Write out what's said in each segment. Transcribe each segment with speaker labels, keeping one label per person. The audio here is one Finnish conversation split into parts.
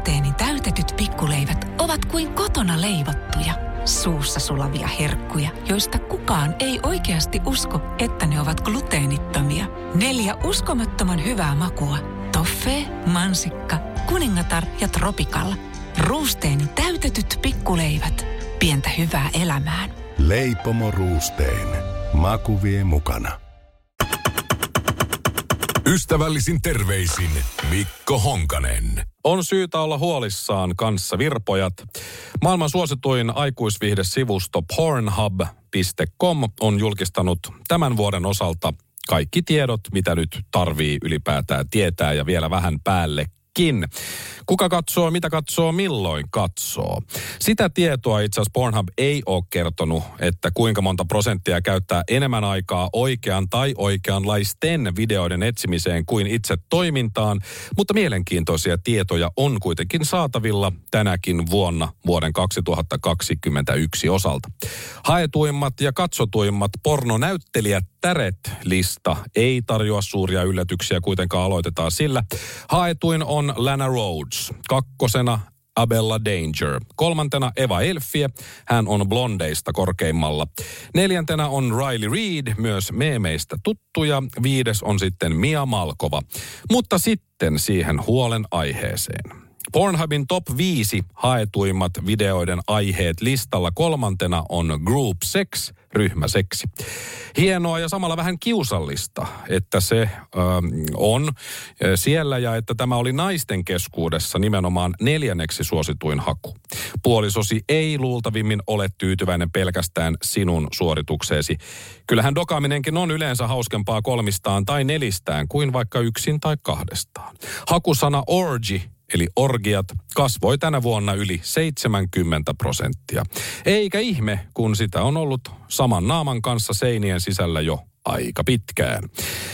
Speaker 1: Ruusteeni täytetyt pikkuleivät ovat kuin kotona leivottuja. Suussa sulavia herkkuja, joista kukaan ei oikeasti usko, että ne ovat gluteenittomia. 4 uskomattoman hyvää makua. Toffee, mansikka, kuningatar ja tropikalla. Ruusteeni täytetyt pikkuleivät. Pientä hyvää elämään.
Speaker 2: Leipomo Ruusteen. Maku vie mukana.
Speaker 3: Ystävällisin terveisin Mikko Honkanen.
Speaker 4: On syytä olla huolissaan kanssa virpojat. Maailman suosituin aikuisviihdesivusto Pornhub.com on julkistanut tämän vuoden osalta kaikki tiedot, mitä nyt tarvii ylipäätään tietää ja vielä vähän päällekin. Kuka katsoo, mitä katsoo, milloin katsoo. Sitä tietoa itse asiassa Pornhub ei ole kertonut, että kuinka monta prosenttia käyttää enemmän aikaa oikean tai oikeanlaisten videoiden etsimiseen kuin itse toimintaan, mutta mielenkiintoisia tietoja on kuitenkin saatavilla tänäkin vuonna vuoden 2021 osalta. Haetuimmat ja katsotuimmat pornonäyttelijättäret-lista ei tarjoa suuria yllätyksiä, kuitenkaan aloitetaan sillä. Haetuin on Lana Rhodes, 2. Abella Danger, 3. Eva Elfie, hän on blondeista korkeimmalla. 4. on Riley Reid, myös meemeistä tuttu, ja 5. on sitten Mia Malkova. Mutta sitten siihen huolen aiheeseen. Pornhubin top 5 haetuimmat videoiden aiheet listalla 3. on group sex, ryhmäseksi. Hienoa ja samalla vähän kiusallista, että se on siellä ja että tämä oli naisten keskuudessa nimenomaan 4. suosituin haku. Puolisosi ei luultavimmin ole tyytyväinen pelkästään sinun suoritukseesi. Kyllähän dokaaminenkin on yleensä hauskempaa 3 tai 4 kuin vaikka 1 tai 2. Hakusana orgy, eli orgiat, kasvoi tänä vuonna yli 70%. Eikä ihme, kun sitä on ollut saman naaman kanssa seinien sisällä jo aika pitkään.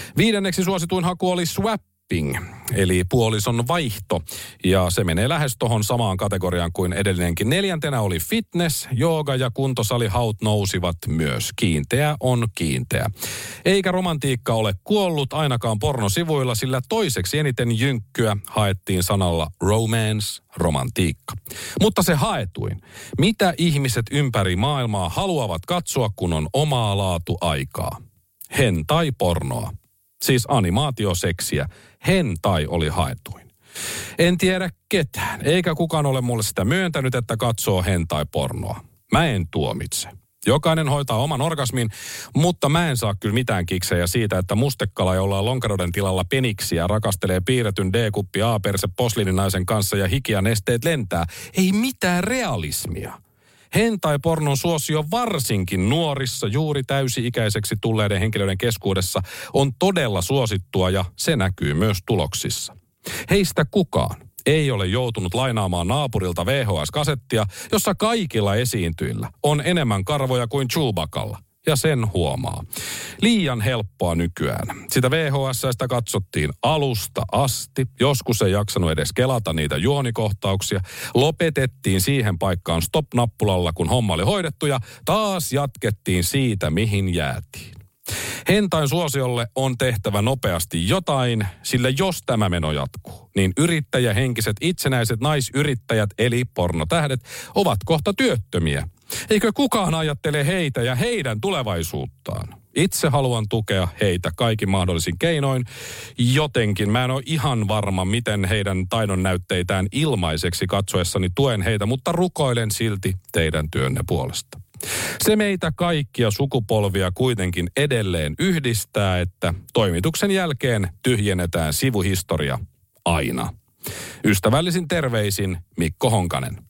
Speaker 4: 5. suosituin haku oli swapping, eli puolison vaihto, ja se menee lähes tohon samaan kategoriaan kuin edellinenkin. 4. oli fitness, jooga ja kuntosalihaut nousivat myös. Kiinteä on kiinteä. Eikä romantiikka ole kuollut ainakaan pornosivuilla, sillä toiseksi eniten jynkkyä haettiin sanalla romance, romantiikka. Mutta se haetuin. Mitä ihmiset ympäri maailmaa haluavat katsoa, kun on omaa laatu aikaa? Hentai pornoa. Siis animaatioseksiä. Hentai oli haetuin. En tiedä ketään, eikä kukaan ole mulle sitä myöntänyt, että katsoo hentai pornoa. Mä en tuomitse. Jokainen hoitaa oman orgasmin, mutta mä en saa kyllä mitään kiksejä siitä, että mustekala, jolla on lonkeroiden tilalla peniksiä, rakastelee piirretyn D-kuppi A-perse posliininaisen kanssa ja hikianesteet lentää. Ei mitään realismia. Hentai-pornon suosio varsinkin nuorissa, juuri täysi-ikäiseksi tulleiden henkilöiden keskuudessa on todella suosittua ja se näkyy myös tuloksissa. Heistä kukaan ei ole joutunut lainaamaan naapurilta VHS-kasettia, jossa kaikilla esiintyjillä on enemmän karvoja kuin Chewbaccalla. Ja sen huomaa. Liian helppoa nykyään. Sitä VHS:stä katsottiin alusta asti. Joskus ei jaksanut edes kelata niitä juonikohtauksia. Lopetettiin siihen paikkaan stop-nappulalla, kun homma oli hoidettu, ja taas jatkettiin siitä, mihin jäätiin. Hentain suosiolle on tehtävä nopeasti jotain, sillä jos tämä meno jatkuu, niin yrittäjähenkiset itsenäiset naisyrittäjät eli pornotähdet ovat kohta työttömiä. Eikö kukaan ajattele heitä ja heidän tulevaisuuttaan? Itse haluan tukea heitä kaikin mahdollisin keinoin. Jotenkin mä en ole ihan varma, miten heidän taidonnäytteitään ilmaiseksi katsoessani tuen heitä, mutta rukoilen silti teidän työnne puolesta. Se meitä kaikkia sukupolvia kuitenkin edelleen yhdistää, että toimituksen jälkeen tyhjennetään sivuhistoria aina. Ystävällisin terveisin Mikko Honkanen.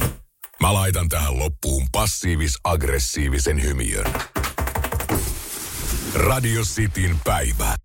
Speaker 3: Mä laitan tähän loppuun passiivis-aggressiivisen hymiön. Radio Cityn päivä.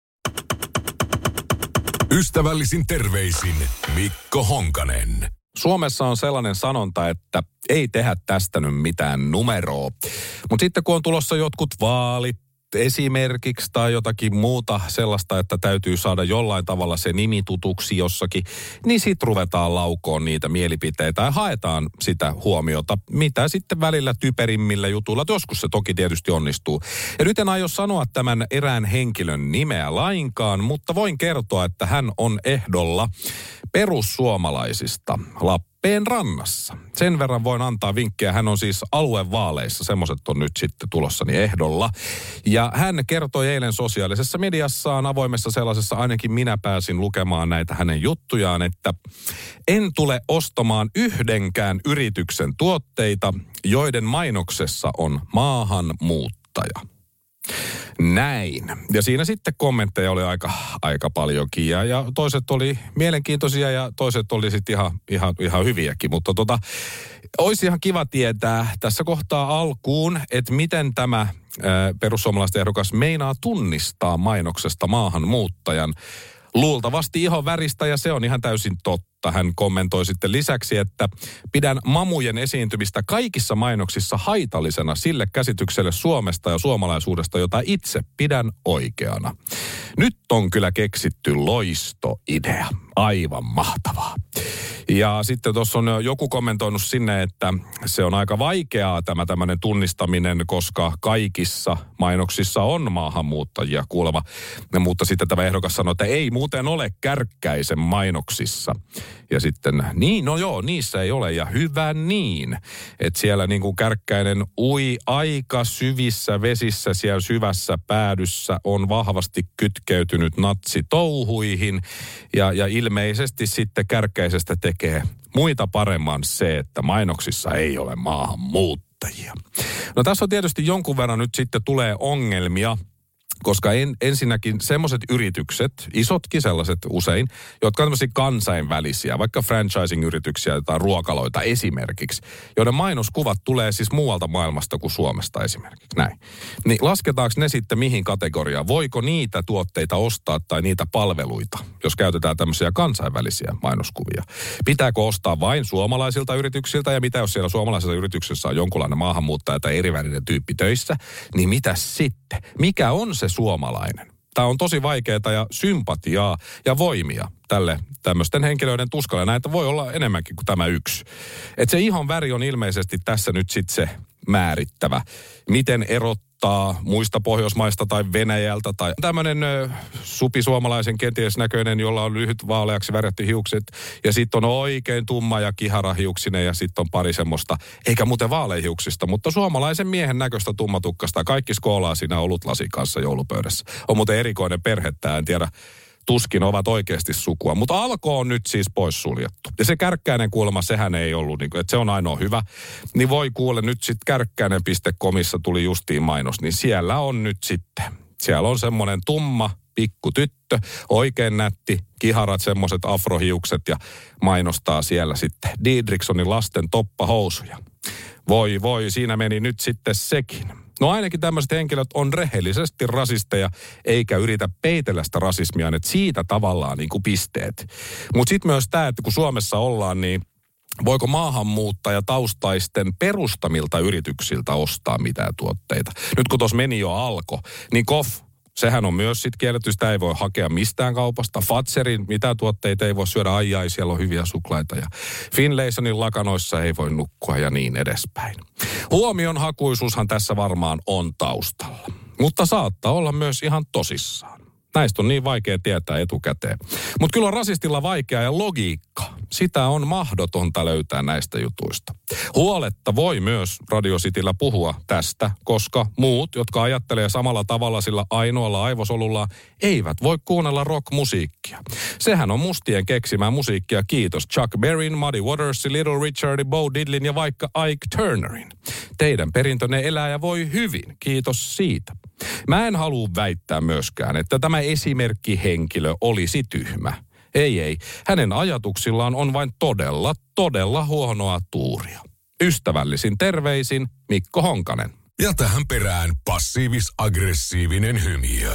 Speaker 3: Ystävällisin terveisin Mikko Honkanen.
Speaker 4: Suomessa on sellainen sanonta, että ei tehdä tästä nyt mitään numeroa. Mutta sitten kun on tulossa jotkut vaalit esimerkiksi tai jotakin muuta sellaista, että täytyy saada jollain tavalla se nimi tutuksi jossakin, niin sit ruvetaan laukoon niitä mielipiteitä ja haetaan sitä huomiota, mitä sitten välillä typerimmillä jutuilla. Joskus se toki tietysti onnistuu. Ja nyt en aio sanoa tämän erään henkilön nimeä lainkaan, mutta voin kertoa, että hän on ehdolla perussuomalaisista Lappeenrannassa. Sen verran voin antaa vinkkejä. Hän on siis aluevaaleissa, semmoiset on nyt sitten tulossani ehdolla. Ja hän kertoi eilen sosiaalisessa mediassaan, avoimessa sellaisessa, ainakin minä pääsin lukemaan näitä hänen juttujaan, että en tule ostamaan yhdenkään yrityksen tuotteita, joiden mainoksessa on maahanmuuttaja. Näin. Ja siinä sitten kommentteja oli aika paljonkin ja toiset oli mielenkiintoisia ja toiset oli sitten ihan hyviäkin. Mutta olisi ihan kiva tietää tässä kohtaa alkuun, että miten tämä perussuomalaisten ehdokas meinaa tunnistaa mainoksesta maahanmuuttajan. Luultavasti ihon väristä ja se on ihan täysin totta. Hän kommentoi sitten lisäksi, että pidän mamujen esiintymistä kaikissa mainoksissa haitallisena sille käsitykselle Suomesta ja suomalaisuudesta, jota itse pidän oikeana. Nyt on kyllä keksitty loistoidea. Aivan mahtavaa. Ja sitten tuossa on joku kommentoinut sinne, että se on aika vaikeaa tämä tämmöinen tunnistaminen, koska kaikissa mainoksissa on maahanmuuttajia kuulemma. Mutta sitten tämä ehdokas sanoi, että ei muuten ole Kärkkäisen mainoksissa. Ja sitten, niin no joo, niissä ei ole ja hyvä niin. Että siellä niin kuin Kärkkäinen ui aika syvissä vesissä siellä syvässä päädyssä on vahvasti kytkeytynyt natsitouhuihin. Ja ilmeisesti sitten Kärkkäisestä tekee muita paremman se, että mainoksissa ei ole maahanmuuttajia. No tässä on tietysti jonkun verran nyt sitten tulee ongelmia, koska ensinnäkin semmoiset yritykset, isotkin sellaiset usein, jotka on tämmöisiä kansainvälisiä, vaikka franchising-yrityksiä tai ruokaloita esimerkiksi, joiden mainoskuvat tulee siis muualta maailmasta kuin Suomesta esimerkiksi, näin. Niin lasketaanko ne sitten mihin kategoriaan? Voiko niitä tuotteita ostaa tai niitä palveluita, jos käytetään tämmöisiä kansainvälisiä mainoskuvia? Pitääkö ostaa vain suomalaisilta yrityksiltä ja mitä jos siellä suomalaisessa yrityksessä on jonkunlainen maahanmuuttaja tai erivälinen tyyppi töissä, niin mitä sitten? Mikä on se suomalainen? Tämä on tosi vaikeaa ja sympatiaa ja voimia tälle tämmöisten henkilöiden tuskalle. Näitä voi olla enemmänkin kuin tämä yksi. Että se ihon väri on ilmeisesti tässä nyt sitten se määrittävä. Miten erottaa muista Pohjoismaista tai Venäjältä tai tämmöinen supisuomalaisen kenties näköinen, jolla on lyhyt vaaleaksi värjätty hiukset ja sitten on oikein tumma ja kiharahiuksinen ja sitten on pari semmoista, eikä muuten vaaleihiuksista, mutta suomalaisen miehen näköistä tummatukkasta. Kaikki skoolaa siinä olutlasin kanssa joulupöydässä. On muuten erikoinen perhe, en tiedä. Tuskin ovat oikeasti sukua, mutta Alko on nyt siis poissuljettu. Ja se Kärkkäinen kuulemma, sehän ei ollut, että se on ainoa hyvä. Niin voi kuule nyt sitten kärkkäinen.comissa tuli justiin mainos, niin siellä on nyt sitten. Siellä on semmoinen tumma pikku tyttö, oikein nätti, kiharat semmoiset afrohiukset ja mainostaa siellä sitten Didriksonin lasten toppahousuja. Voi, siinä meni nyt sitten sekin. No ainakin tämmöiset henkilöt on rehellisesti rasisteja, eikä yritä peitellä sitä rasismia, että siitä tavallaan niin kuin pisteet. Mutta sitten myös tämä, että kun Suomessa ollaan, niin voiko maahanmuuttajataustaisten perustamilta yrityksiltä ostaa mitään tuotteita? Nyt kun tuossa meni jo Alko, niin sehän on myös sitten kielletty, sitä ei voi hakea mistään kaupasta. Fatserin mitä tuotteita ei voi syödä, siellä on hyviä suklaita. Ja Finlaysonin lakanoissa ei voi nukkua ja niin edespäin. Huomionhakuisuushan tässä varmaan on taustalla. Mutta saattaa olla myös ihan tosissaan. Näistä on niin vaikea tietää etukäteen. Mutta kyllä on rasistilla vaikea ja logiikka. Sitä on mahdotonta löytää näistä jutuista. Huoletta voi myös Radio Cityllä puhua tästä, koska muut, jotka ajattelee samalla tavalla sillä ainoalla aivosolulla, eivät voi kuunnella rockmusiikkia. Sehän on mustien keksimää musiikkia, kiitos Chuck Berryn, Muddy Watersin, Little Richardin, Bo Diddleyn ja vaikka Ike Turnerin. Teidän perintönne elää ja voi hyvin, kiitos siitä. Mä en halua väittää myöskään, että tämä esimerkkihenkilö olisi tyhmä. Ei. Hänen ajatuksillaan on vain todella huonoa tuuria. Ystävällisin terveisin Mikko Honkanen.
Speaker 3: Ja tähän perään passiivis-aggressiivinen hymiö.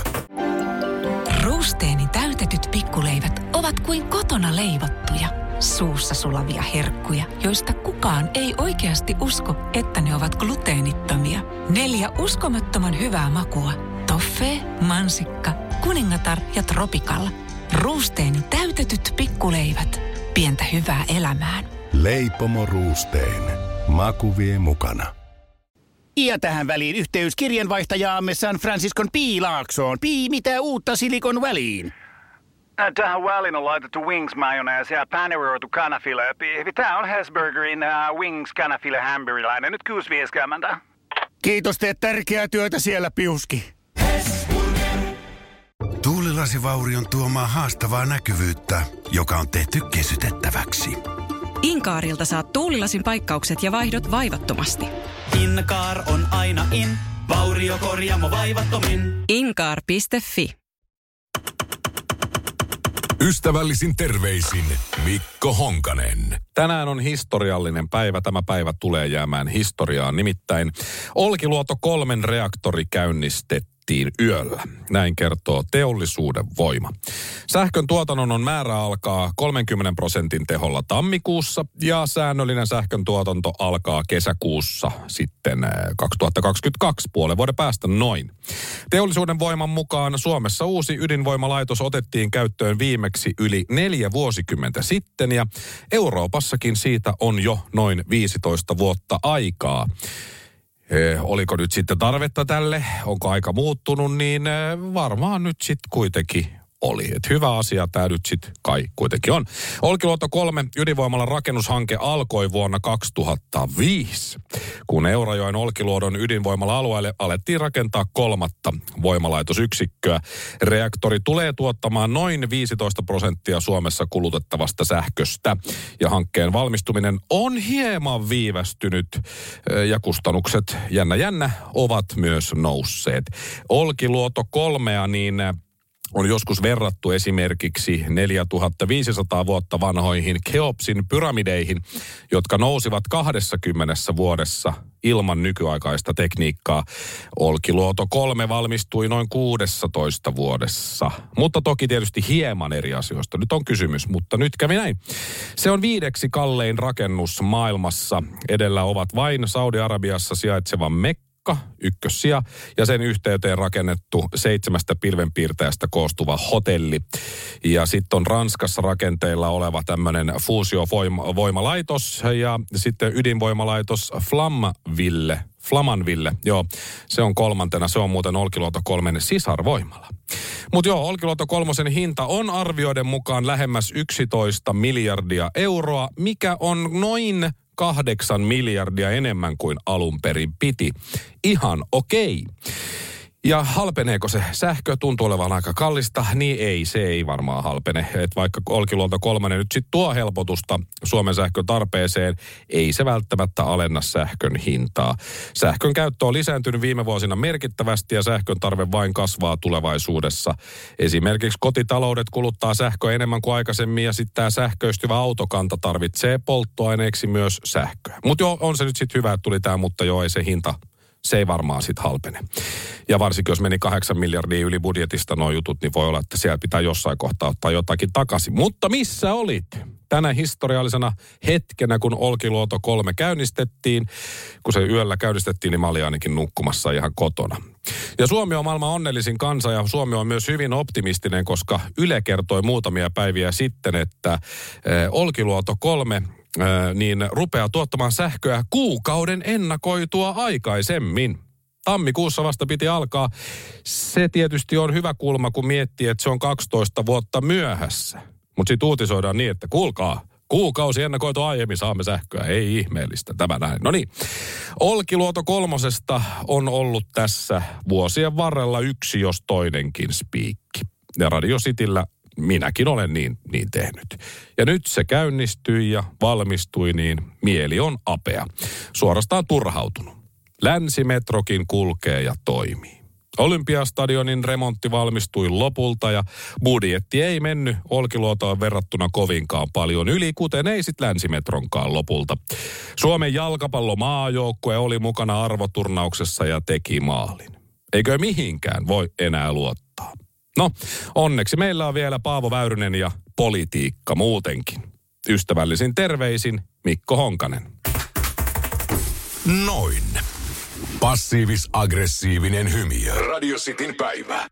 Speaker 1: Ruusteeni täytetyt pikkuleivät ovat kuin kotona leivottuja. Suussa sulavia herkkuja, joista kukaan ei oikeasti usko, että ne ovat gluteenittomia. 4 uskomattoman hyvää makua. toffee, mansikka, kuningatar ja tropical. Ruusteeni täytetyt pikkuleivät. Pientä hyvää elämään.
Speaker 2: Leipomo Ruusteen. Maku vie mukana.
Speaker 5: Ja tähän väliin yhteys kirjanvaihtajaamme San Franciscon P. Laaksoon. Mitä uutta Silikon väliin?
Speaker 6: Tähän väliin on laitettu wings mayonnaise ja paneroitu kanafila. Tämä on Hesburgerin wings kanafila hamburilainen. Nyt 6.50.
Speaker 5: Kiitos, teet tärkeää työtä siellä, Piuski.
Speaker 7: Tuulilasivaurio tuomaa haastavaa näkyvyyttä, joka on tehty kesytettäväksi.
Speaker 8: Inkaarilta saat tuulilasin paikkaukset ja vaihdot vaivattomasti.
Speaker 9: Inkaar on aina in, vauriokorjaamo vaivattomin.
Speaker 8: Inkaar.fi.
Speaker 3: Ystävällisin terveisin Mikko Honkanen.
Speaker 4: Tänään on historiallinen päivä. Tämä päivä tulee jäämään historiaan. Nimittäin Olkiluoto 3 reaktori käynnistettiin yöllä. Näin kertoo Teollisuuden Voima. Sähkön tuotannon on määrä alkaa 30% teholla tammikuussa ja säännöllinen sähkön tuotanto alkaa kesäkuussa sitten 2022 puolen vuoden päästä noin. Teollisuuden Voiman mukaan Suomessa uusi ydinvoimalaitos otettiin käyttöön viimeksi yli 4 vuosikymmentä sitten ja Euroopassakin siitä on jo noin 15 vuotta aikaa. Oliko nyt sitten tarvetta tälle? Onko aika muuttunut? Niin varmaan nyt sitten kuitenkin oli. Et hyvä asia tämä nyt sitten kai kuitenkin on. Olkiluoto 3 ydinvoimalan rakennushanke alkoi vuonna 2005, kun Eurajoen Olkiluodon ydinvoimala-alueelle alettiin rakentaa 3. voimalaitosyksikköä. Reaktori tulee tuottamaan noin 15% Suomessa kulutettavasta sähköstä. Ja hankkeen valmistuminen on hieman viivästynyt ja kustannukset jännä ovat myös nousseet. Olkiluoto 3 niin on joskus verrattu esimerkiksi 4500 vuotta vanhoihin Keopsin pyramideihin, jotka nousivat 20 vuodessa ilman nykyaikaista tekniikkaa. Olkiluoto 3 valmistui noin 16 vuodessa. Mutta toki tietysti hieman eri asioista. Nyt on kysymys, mutta nyt kävi näin. Se on 5. kallein rakennus maailmassa. Edellä ovat vain Saudi-Arabiassa sijaitseva Mekka, ykkössija, ja sen yhteyteen rakennettu 7 pilvenpiirtäjästä koostuva hotelli. Ja sitten on Ranskassa rakenteilla oleva tämmöinen fuusiovoimalaitos ja sitten ydinvoimalaitos Flamanville. Joo, se on 3. Se on muuten Olkiluoto 3 sisarvoimala. Mutta joo, Olkiluoto 3 hinta on arvioiden mukaan lähemmäs 11 miljardia euroa, mikä on noin 8 miljardia enemmän kuin alun perin piti. Ihan okei. Ja halpeneeko se sähkö? Tuntuu olevan aika kallista. Niin ei, se ei varmaan halpene. Et vaikka Olkiluoto 3 nyt sitten tuo helpotusta Suomen sähkön tarpeeseen, ei se välttämättä alenna sähkön hintaa. Sähkön käyttö on lisääntynyt viime vuosina merkittävästi ja sähkön tarve vain kasvaa tulevaisuudessa. Esimerkiksi kotitaloudet kuluttaa sähköä enemmän kuin aikaisemmin ja sitten tämä sähköistyvä autokanta tarvitsee polttoaineeksi myös sähköä. Mutta joo, on se nyt sitten hyvä, että tuli tämä, mutta joo, ei se hinta. Se ei varmaan sitten halpene. Ja varsinkin jos meni 8 miljardia yli budjetista nuo jutut, niin voi olla, että siellä pitää jossain kohtaa ottaa jotakin takaisin. Mutta missä olit tänä historiallisena hetkenä, kun Olkiluoto 3 käynnistettiin? Kun se yöllä käynnistettiin, niin mä olin ainakin nukkumassa ihan kotona. Ja Suomi on maailman onnellisin kansa ja Suomi on myös hyvin optimistinen, koska Yle kertoi muutamia päiviä sitten, että Olkiluoto 3 niin rupeaa tuottamaan sähköä kuukauden ennakoitua aikaisemmin. Tammikuussa vasta piti alkaa. Se tietysti on hyvä kulma, kun miettii, että se on 12 vuotta myöhässä. Mutta sitten uutisoidaan niin, että kuulkaa, kuukausi ennakoitu aiemmin saamme sähköä. Ei ihmeellistä tämä näin. No niin, Olkiluoto 3 on ollut tässä vuosien varrella yksi jos toinenkin spiikki. Ja Radio Cityllä minäkin olen niin tehnyt. Ja nyt se käynnistyi ja valmistui, niin mieli on apea. Suorastaan turhautunut. Länsimetrokin kulkee ja toimii. Olympiastadionin remontti valmistui lopulta ja budjetti ei mennyt Olkiluotoon verrattuna kovinkaan paljon yli, kuten ei sit Länsimetronkaan lopulta. Suomen jalkapallomaajoukkue oli mukana arvoturnauksessa ja teki maalin. Eikö mihinkään voi enää luottaa? No, onneksi meillä on vielä Paavo Väyrynen ja politiikka muutenkin. Ystävällisin terveisin Mikko Honkanen.
Speaker 3: Noin. Passiivis-aggressiivinen hymy. Radio Cityn päivä.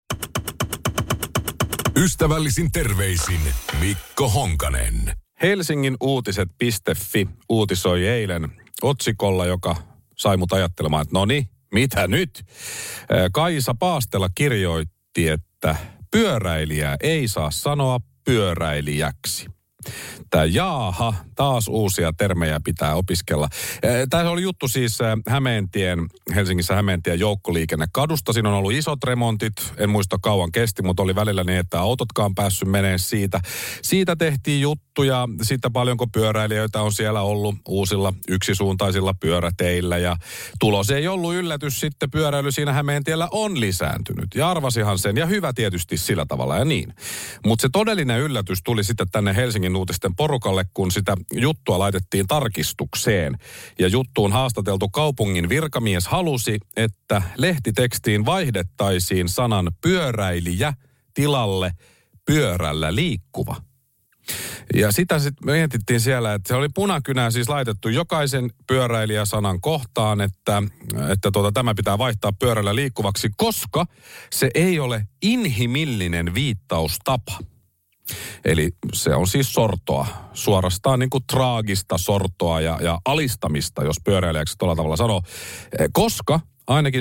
Speaker 3: Ystävällisin terveisin Mikko Honkanen.
Speaker 4: Helsingin uutiset.fi uutisoi eilen otsikolla, joka sai mut ajattelemaan, että noni, mitä nyt? Kaisa Paastela kirjoitti, että pyöräilijää ei saa sanoa pyöräilijäksi. Tämä jaaha, taas uusia termejä pitää opiskella. Tämä oli juttu siis Helsingissä Hämeentien joukkoliikennekadusta. Siinä on ollut isot remontit, en muista kauan kesti, mutta oli välillä niin, että autotkaan päässyt menee siitä. Siitä tehtiin juttuja, siitä paljonko pyöräilijöitä on siellä ollut uusilla yksisuuntaisilla pyöräteillä. Ja tulos ei ollut yllätys, sitten pyöräily siinä Hämeentiellä on lisääntynyt. Ja arvasihan sen, ja hyvä tietysti sillä tavalla ja niin. Mutta se todellinen yllätys tuli sitten tänne Helsingin uutisten porukalle, kun sitä juttua laitettiin tarkistukseen. Ja juttuun haastateltu kaupungin virkamies halusi, että lehtitekstiin vaihdettaisiin sanan pyöräilijä tilalle pyörällä liikkuva. Ja sitä sitten mietittiin siellä, että se oli punakynää siis laitettu jokaisen pyöräilijäsanan kohtaan, että tämä pitää vaihtaa pyörällä liikkuvaksi, koska se ei ole inhimillinen viittaustapa. Eli se on siis sortoa, suorastaan niin kuin traagista sortoa ja alistamista, jos pyöräilijäksi tuolla tavalla sanoo, koska ainakin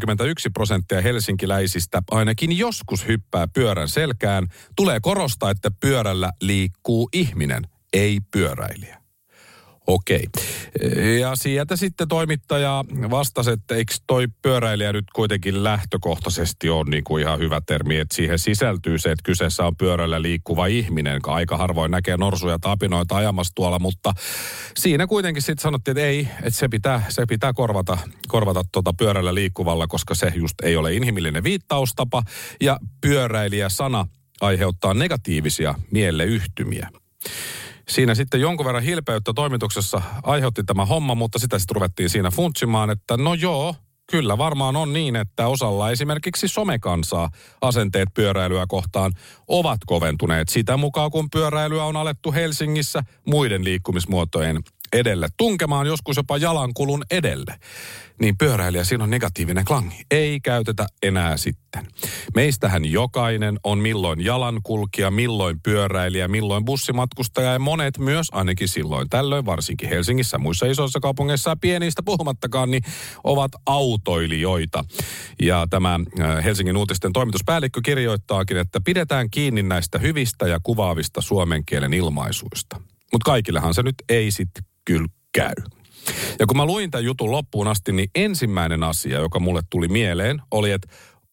Speaker 4: 71% helsinkiläisistä ainakin joskus hyppää pyörän selkään, tulee korostaa, että pyörällä liikkuu ihminen, ei pyöräilijä. Okei. Ja sieltä sitten toimittaja vastasi, että eikö toi pyöräilijä nyt kuitenkin lähtökohtaisesti on niin kuin ihan hyvä termi, että siihen sisältyy se, että kyseessä on pyörällä liikkuva ihminen, joka aika harvoin näkee norsuja tai apinoita ajamassa tuolla, mutta siinä kuitenkin sitten sanottiin, että ei, että se pitää korvata pyörällä liikkuvalla, koska se just ei ole inhimillinen viittaustapa ja pyöräilijä-sana aiheuttaa negatiivisia mieleyhtymiä. Siinä sitten jonkun verran hilpeyttä toimituksessa aiheutti tämä homma, mutta sitä sitten ruvettiin siinä funtsimaan, että no joo, kyllä varmaan on niin, että osalla esimerkiksi somekansaa asenteet pyöräilyä kohtaan ovat koventuneet sitä mukaan, kun pyöräilyä on alettu Helsingissä muiden liikkumismuotojen edelle, tunkemaan joskus jopa jalankulun edelle. Niin pyöräilijä, siinä on negatiivinen klangi. Ei käytetä enää sitten. Meistähän jokainen on milloin jalankulkija, milloin pyöräilijä, milloin bussimatkustaja ja monet myös, ainakin silloin tällöin, varsinkin Helsingissä, muissa isoissa kaupungeissa ja pienistä puhumattakaan, niin ovat autoilijoita. Ja tämä Helsingin uutisten toimituspäällikkö kirjoittaakin, että pidetään kiinni näistä hyvistä ja kuvaavista suomen kielen ilmaisuista. Mutta kaikillehan se nyt ei sitten kyllä käy. Ja kun mä luin tämän jutun loppuun asti, niin ensimmäinen asia, joka mulle tuli mieleen, oli, että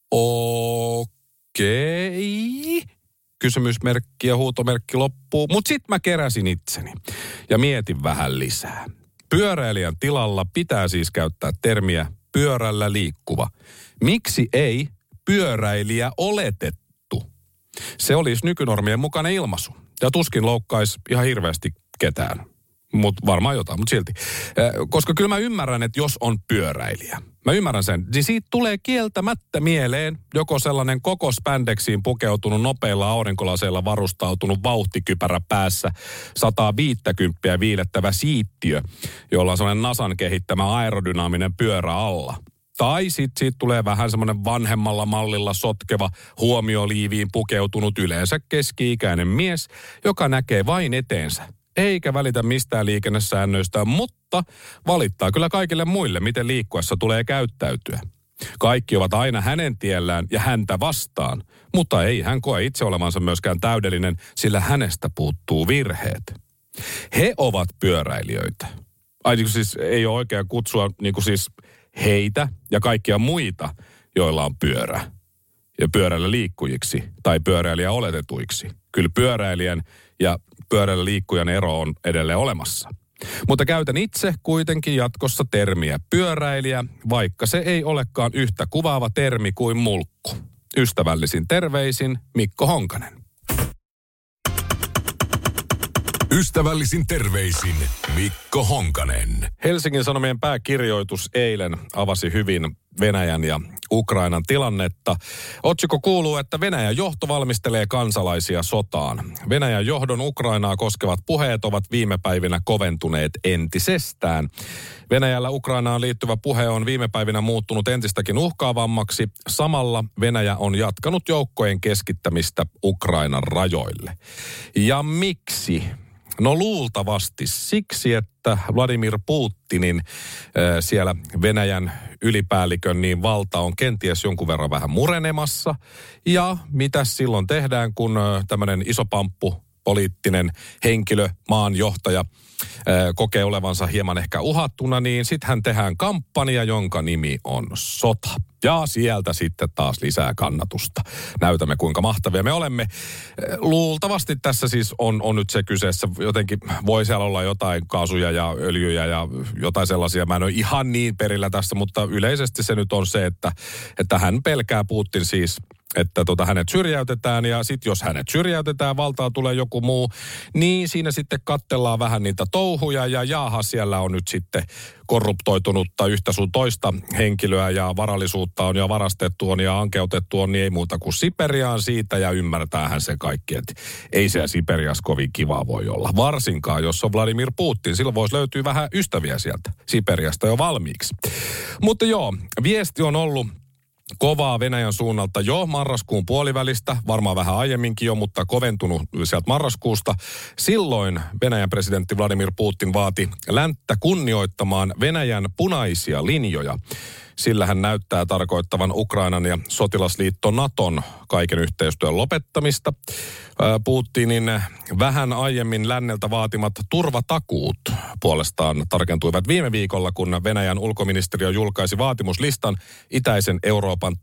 Speaker 4: okei, kysymysmerkki ja huutomerkki loppuu. Mutta sitten mä keräsin itseni ja mietin vähän lisää. Pyöräilijän tilalla pitää siis käyttää termiä pyörällä liikkuva. Miksi ei pyöräilijä oletettu? Se olisi nykynormien mukainen ilmaisu. Ja tuskin loukkaisi ihan hirveästi ketään. Mutta varmaan jotain, mutta silti. Koska kyllä mä ymmärrän, että jos on pyöräilijä, mä ymmärrän sen, niin siitä tulee kieltämättä mieleen joko sellainen koko spandeksiin pukeutunut, nopeilla aurinkolaseilla varustautunut vauhtikypärä päässä, 150 viilettävä siittiö, jolla on sellainen NASAn kehittämä aerodynaaminen pyörä alla. Tai sitten siitä tulee vähän semmoinen vanhemmalla mallilla sotkeva, huomioliiviin pukeutunut yleensä keski-ikäinen mies, joka näkee vain eteensä. Eikä välitä mistään liikennesäännöistä, mutta valittaa kyllä kaikille muille, miten liikkuessa tulee käyttäytyä. Kaikki ovat aina hänen tiellään ja häntä vastaan, mutta ei hän koe itse olevansa myöskään täydellinen, sillä hänestä puuttuu virheet. He ovat pyöräilijöitä. Siis ei ole oikein kutsua niin kuin siis heitä ja kaikkia muita, joilla on pyörä ja pyörällä liikkujiksi tai pyöräilijä oletetuiksi. Kyllä pyöräilijän ja pyörällä liikkujan ero on edelleen olemassa. Mutta käytän itse kuitenkin jatkossa termiä pyöräilijä, vaikka se ei olekaan yhtä kuvaava termi kuin mulkku. Ystävällisin terveisin Mikko Honkanen.
Speaker 3: Ystävällisin terveisin Mikko Honkanen.
Speaker 4: Helsingin Sanomien pääkirjoitus eilen avasi hyvin Venäjän ja Ukrainan tilannetta. Otsikko kuuluu, että Venäjän johto valmistelee kansalaisia sotaan. Venäjän johdon Ukrainaa koskevat puheet ovat viime päivinä koventuneet entisestään. Venäjällä Ukrainaan liittyvä puhe on viime päivinä muuttunut entistäkin uhkaavammaksi. Samalla Venäjä on jatkanut joukkojen keskittämistä Ukrainan rajoille. Ja miksi? No luultavasti siksi, että Vladimir Putinin siellä Venäjän ylipäällikön niin valta on kenties jonkun verran vähän murenemassa. Ja mitä silloin tehdään, kun tämmöinen iso pamppu, poliittinen henkilö, maanjohtaja kokee olevansa hieman ehkä uhattuna, niin sittenhän tehdään kampanja, jonka nimi on sota. Ja sieltä sitten taas lisää kannatusta. Näytämme, kuinka mahtavia me olemme. Luultavasti tässä siis on nyt se kyseessä. Jotenkin voi siellä olla jotain kaasuja ja öljyjä ja jotain sellaisia. Mä en ole ihan niin perillä tässä, mutta yleisesti se nyt on se, että hän pelkää Putin siis, että hänet syrjäytetään, ja sitten jos hänet syrjäytetään, valtaa tulee joku muu, niin siinä sitten katsellaan vähän niitä touhuja, ja jaaha, siellä on nyt sitten korruptoitunutta yhtä sun toista henkilöä, ja varallisuutta on ja varastettu on ja ankeutettu on, niin ei muuta kuin Siperiaan siitä, ja ymmärtäähän se kaikki, että ei siellä Siperiassa kovin kiva voi olla. Varsinkaan, jos on Vladimir Putin, silloin voisi löytyä vähän ystäviä sieltä Siperiasta jo valmiiksi. Mutta joo, viesti on ollut kovaa Venäjän suunnalta jo marraskuun puolivälistä, varmaan vähän aiemminkin jo, mutta koventunut sieltä marraskuusta. Silloin Venäjän presidentti Vladimir Putin vaati länttä kunnioittamaan Venäjän punaisia linjoja. Sillä hän näyttää tarkoittavan Ukrainan ja sotilasliitto Naton kaiken yhteistyön lopettamista. Putinin vähän aiemmin länneltä vaatimat turvatakuut puolestaan tarkentuivat viime viikolla, kun Venäjän ulkoministeriö julkaisi vaatimuslistan itäisen Euroopan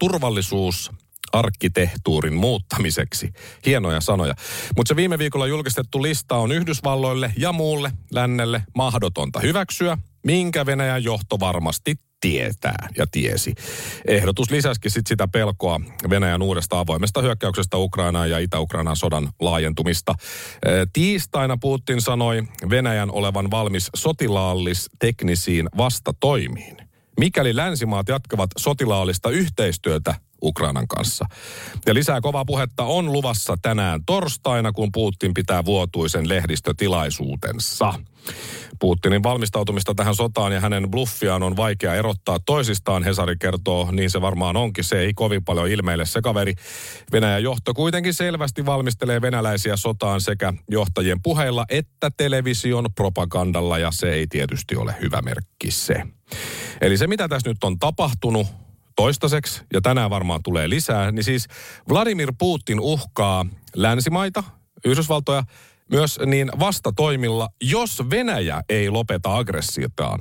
Speaker 4: turvallisuusarkkitehtuurin muuttamiseksi. Hienoja sanoja. Mutta se viime viikolla julkistettu lista on Yhdysvalloille ja muulle lännelle mahdotonta hyväksyä, minkä Venäjän johto varmasti tietää ja tiesi. Ehdotus lisäsikin sitä pelkoa Venäjän uudesta avoimesta hyökkäyksestä Ukrainaan ja Itä-Ukrainan sodan laajentumista. Tiistaina Putin sanoi Venäjän olevan valmis sotilaallis-teknisiin vastatoimiin, mikäli länsimaat jatkavat sotilaallista yhteistyötä Ukrainan kanssa. Ja lisää kovaa puhetta on luvassa tänään torstaina, kun Putin pitää vuotuisen lehdistötilaisuutensa. Putinin valmistautumista tähän sotaan ja hänen bluffiaan on vaikea erottaa toisistaan, Hesari kertoo, niin se varmaan onkin. Se ei kovin paljon ilmeile se kaveri. Venäjän johto kuitenkin selvästi valmistelee venäläisiä sotaan sekä johtajien puheilla että television propagandalla, ja se ei tietysti ole hyvä merkki se. Eli se, mitä tässä nyt on tapahtunut toistaiseksi, ja tänään varmaan tulee lisää, niin siis Vladimir Putin uhkaa länsimaita, Yhdysvaltoja, myös niin vastatoimilla, jos Venäjä ei lopeta aggressiotaan.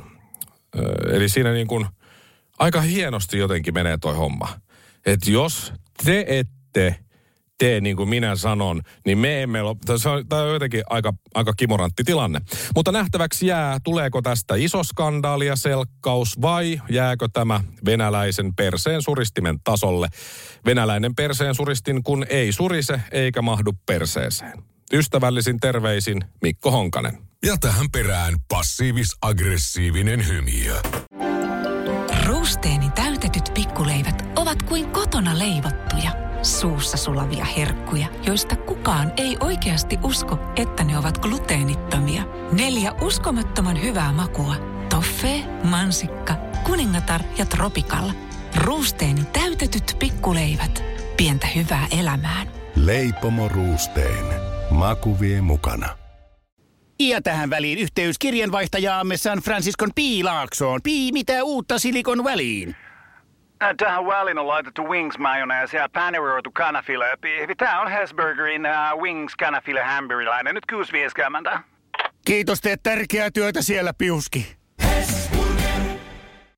Speaker 4: Eli siinä niin kuin aika hienosti jotenkin menee toi homma. Että jos te ette tee niin kuin minä sanon, niin me emme tämä on jotenkin aika kimorantti tilanne. Mutta nähtäväksi jää, tuleeko tästä iso skandaali ja selkkaus vai jääkö tämä venäläisen perseen suristimen tasolle. Venäläinen perseen suristin, kun ei surise eikä mahdu perseeseen. Ystävällisin terveisin Mikko Honkanen.
Speaker 3: Ja tähän perään passiivis-aggressiivinen hymiö.
Speaker 1: Ruusteeni täytetyt pikkuleivät ovat kuin kotona leivottuja, suussa sulavia herkkuja, joista kukaan ei oikeasti usko, että ne ovat gluteenittomia. 4 uskomattoman hyvää makua. Toffee, mansikka, kuningatar ja tropical. Ruusteeni täytetyt pikkuleivät. Pientä hyvää elämään.
Speaker 2: Leipomo Roosteen. Maku vie mukana.
Speaker 5: Ja tähän väliin yhteys kirjanvaihtajaamme San Franciscon Piilaaksoon. Mitä uutta Silikon väliin?
Speaker 6: Tähän väliin on laitettu wings mayonnaise ja paneroitu kanafila. Tämä on Hesburgerin wings kanafila hamburilainen. Nyt 6.50.
Speaker 5: Kiitos, teet tärkeää työtä siellä, Piuski.